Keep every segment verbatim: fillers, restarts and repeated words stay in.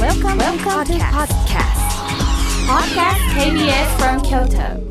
Welcome, Welcome to podcast. Podcast ケービーエス from Kyoto.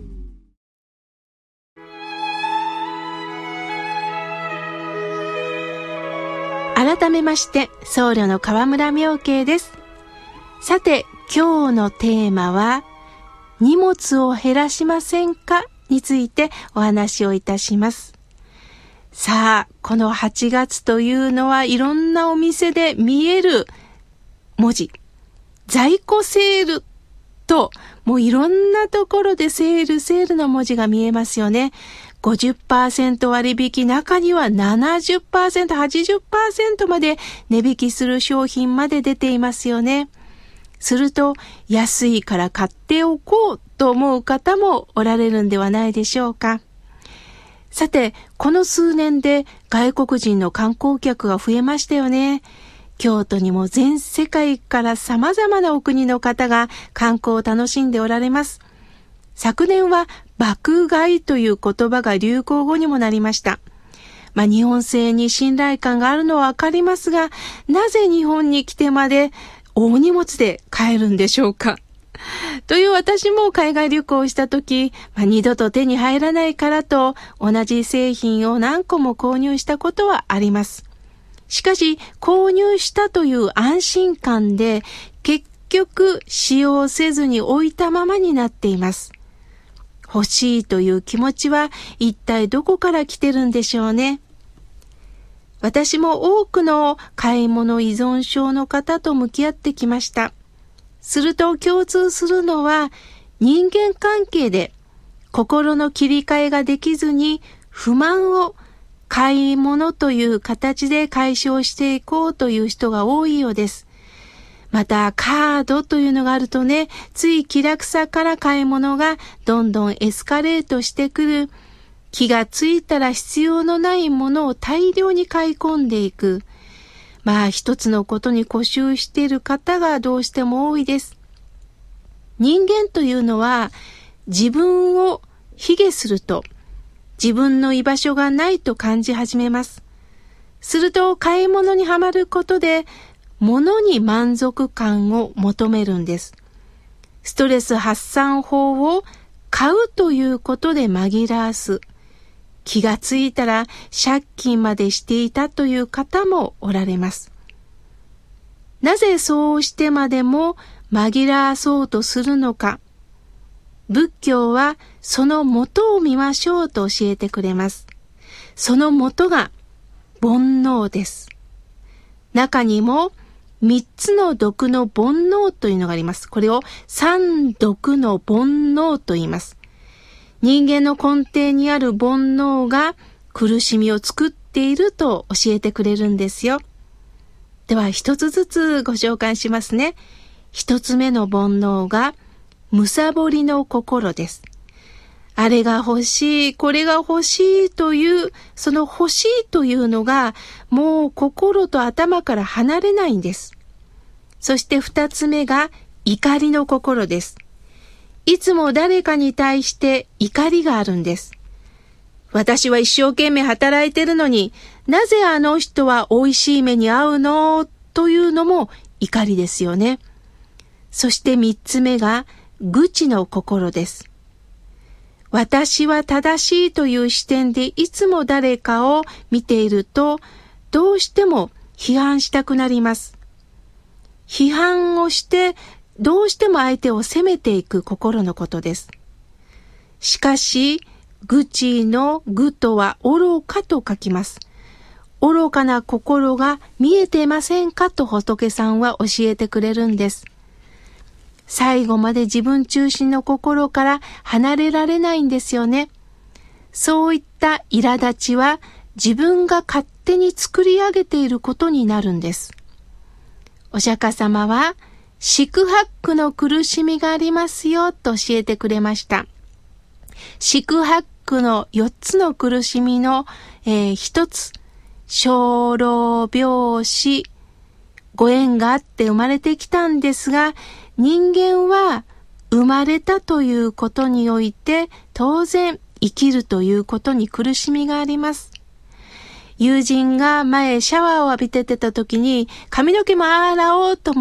改めまして僧侶の河村妙慶です。さて今日のテーマは荷物を減らしませんかについてお話をいたします。さあこのはちがつというのはいろんなお店で見える文字、在庫セールともういろんなところでセールセールの文字が見えますよね。ごじゅっパーセント 割引、中には ななじゅっパーセント、はちじゅっパーセント まで値引きする商品まで出ていますよね。すると安いから買っておこうと思う方もおられるんではないでしょうか。さてこの数年で外国人の観光客が増えましたよね。京都にも全世界から様々なお国の方が観光を楽しんでおられます。昨年は爆買いという言葉が流行語にもなりました。まあ日本製に信頼感があるのはわかりますが、なぜ日本に来てまで大荷物で買えるんでしょうか。という私も海外旅行をしたとき、まあ、二度と手に入らないからと同じ製品を何個も購入したことはあります。しかし購入したという安心感で結局使用せずに置いたままになっています。欲しいという気持ちは一体どこから来てるんでしょうね。私も多くの買い物依存症の方と向き合ってきました。すると共通するのは人間関係で心の切り替えができずに不満を買い物という形で解消していこうという人が多いようです。またカードというのがあるとね、つい気楽さから買い物がどんどんエスカレートしてくる。気がついたら必要のないものを大量に買い込んでいく。まあ一つのことに固執している方がどうしても多いです。人間というのは自分を卑下すると自分の居場所がないと感じ始めます。すると買い物にはまることで物に満足感を求めるんです。ストレス発散法を買うということで紛らわす。気がついたら借金までしていたという方もおられます。なぜそうしてまでも紛らわそうとするのか。仏教はその元を見ましょうと教えてくれます。その元が煩悩です。中にも三つの毒の煩悩というのがあります。これを三毒の煩悩と言います。人間の根底にある煩悩が苦しみを作っていると教えてくれるんですよ。では一つずつご紹介しますね。一つ目の煩悩がむさぼりの心です。あれが欲しい、これが欲しいという、その欲しいというのがもう心と頭から離れないんです。そして二つ目が怒りの心です。いつも誰かに対して怒りがあるんです。私は一生懸命働いてるのに、なぜあの人は美味しい目に遭うのというのも怒りですよね。そして三つ目が愚痴の心です。私は正しいという視点でいつも誰かを見ていると、どうしても批判したくなります。批判をしてどうしても相手を責めていく心のことです。しかし愚痴の愚とは愚かと書きます。愚かな心が見えていませんかと仏さんは教えてくれるんです。最後まで自分中心の心から離れられないんですよね。そういった苛立ちは自分が勝手に作り上げていることになるんです。お釈迦様は四苦八苦の苦しみがありますよと教えてくれました。四苦八苦の四つの苦しみの、えー、一つ、生老病死、ご縁があって生まれてきたんですが、人間は生まれたということにおいて当然生きるということに苦しみがあります。友人が前シャワーを浴びててた時に髪の毛も洗おうと思って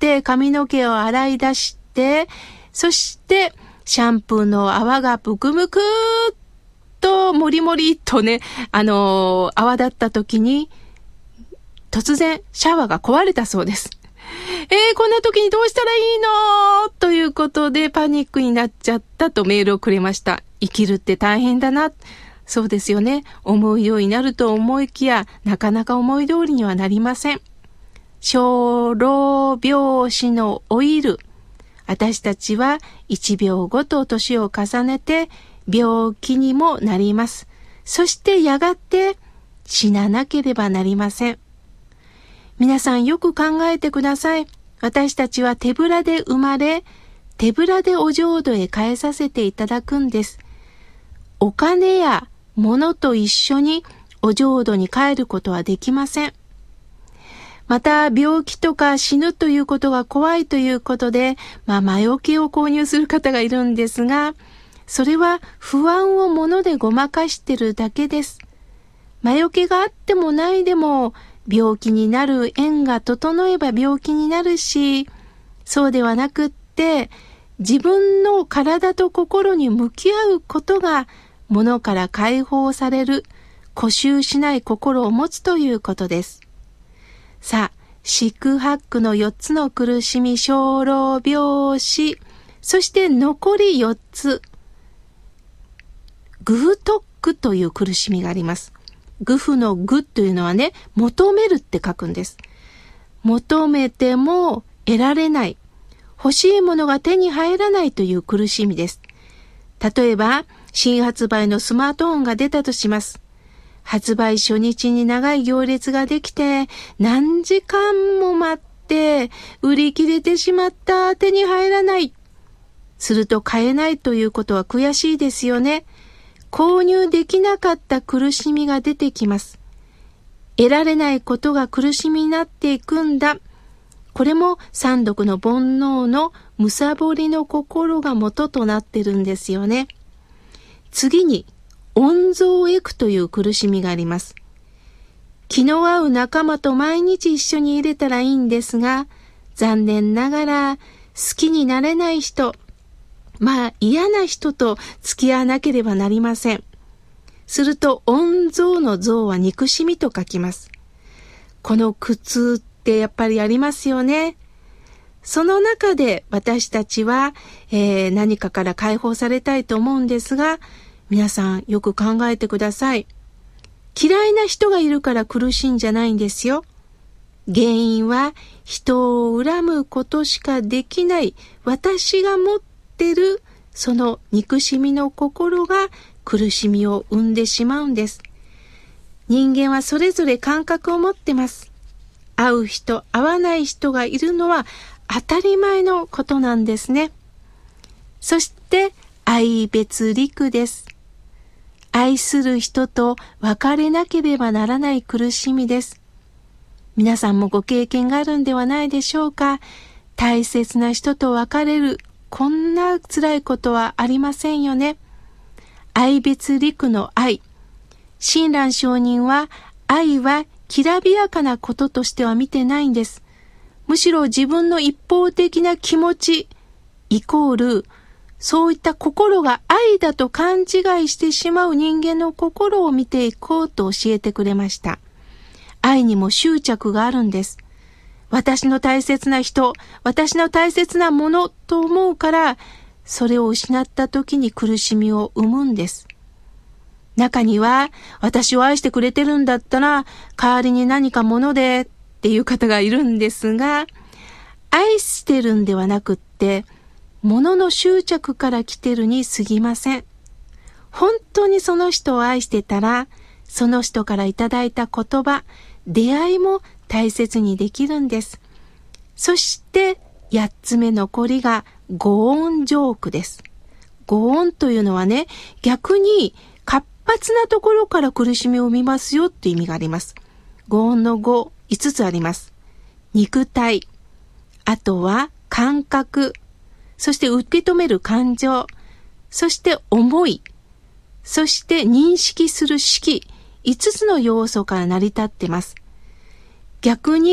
って髪の毛を洗い出して、そしてシャンプーの泡がブクブクーっともりもりっとね、あのー、泡立った時に突然シャワーが壊れたそうです。えー、こんな時にどうしたらいいのということでパニックになっちゃったとメールをくれました。生きるって大変だな。そうですよね。思うようになると思いきや、なかなか思い通りにはなりません。生老病死の老いる。私たちはいちびょうごと年を重ねて病気にもなります。そしてやがて死ななければなりません。皆さんよく考えてください。私たちは手ぶらで生まれ、手ぶらでお浄土へ帰させていただくんです。お金や物と一緒にお浄土に帰ることはできません。また病気とか死ぬということが怖いということで、まあ魔除けを購入する方がいるんですが、それは不安を物でごまかしてるだけです。魔除けがあってもないでも、病気になる縁が整えば病気になるし、そうではなくって、自分の体と心に向き合うことが、物から解放される、固執しない心を持つということです。さあ、四苦八苦のよっつの苦しみ、生老病死、そして残りよっつ、愚不特苦という苦しみがあります。愚不の愚というのはね、求めるって書くんです。求めても得られない、欲しいものが手に入らないという苦しみです。例えば、新発売のスマートフォンが出たとします。発売初日に長い行列ができて、何時間も待って、売り切れてしまった、手に入らない。すると買えないということは悔しいですよね。購入できなかった苦しみが出てきます。得られないことが苦しみになっていくんだ。これも三毒の煩悩のむさぼりの心が元となってるんですよね。次に、温存へくという苦しみがあります。気の合う仲間と毎日一緒にいれたらいいんですが、残念ながら好きになれない人、まあ嫌な人と付き合わなければなりません。すると温存の存は憎しみと書きます。この苦痛ってやっぱりありますよね。その中で私たちは、えー、何かから解放されたいと思うんですが、皆さんよく考えてください。嫌いな人がいるから苦しいんじゃないんですよ。原因は人を恨むことしかできない私が持ってるその憎しみの心が苦しみを生んでしまうんです。人間はそれぞれ感覚を持ってます。会う人、会わない人がいるのは当たり前のことなんですね。そして愛別離です。愛する人と別れなければならない苦しみです。皆さんもご経験があるんではないでしょうか。大切な人と別れる、こんな辛いことはありませんよね。愛別離の愛。親鸞上人は愛はきらびやかなこととしては見てないんです。むしろ自分の一方的な気持ちイコールそういった心が愛だと勘違いしてしまう人間の心を見ていこうと教えてくれました。愛にも執着があるんです。私の大切な人、私の大切なものと思うから、それを失った時に苦しみを生むんです。中には、私を愛してくれてるんだったら、代わりに何かものでっていう方がいるんですが、愛してるんではなくって、物の執着から来てるに過ぎません。本当にその人を愛してたら、その人からいただいた言葉、出会いも大切にできるんです。そして八つ目残りが五音浄苦です。五音というのはね、逆に活発なところから苦しみを生みますよっていう意味があります。五音の五、五つあります。肉体、あとは感覚、そして受け止める感情、そして思い、そして認識する識、五つの要素から成り立ってます。逆に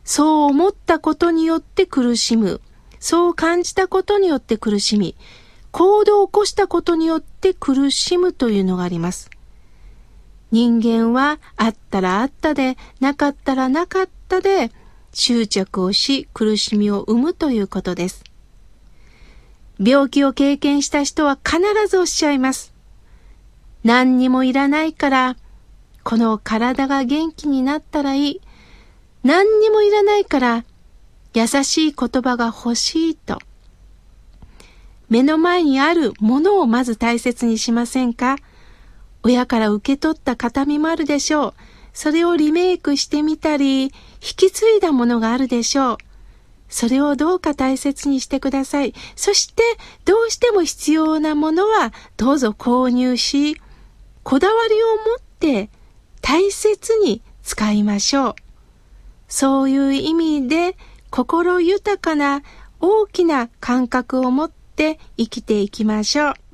そう思ったことによって苦しむ。そう感じたことによって苦しみ、行動を起こしたことによって苦しむというのがあります。人間はあったらあったで、なかったらなかったで、執着をし苦しみを生むということです。病気を経験した人は必ずおっしゃいます。何にもいらないから、この体が元気になったらいい。何にもいらないから、優しい言葉が欲しいと。目の前にあるものをまず大切にしませんか？親から受け取った形見もあるでしょう。それをリメイクしてみたり、引き継いだものがあるでしょう。それをどうか大切にしてください。そしてどうしても必要なものはどうぞ購入し、こだわりを持って大切に使いましょう。そういう意味で心豊かな大きな感覚を持って生きていきましょう。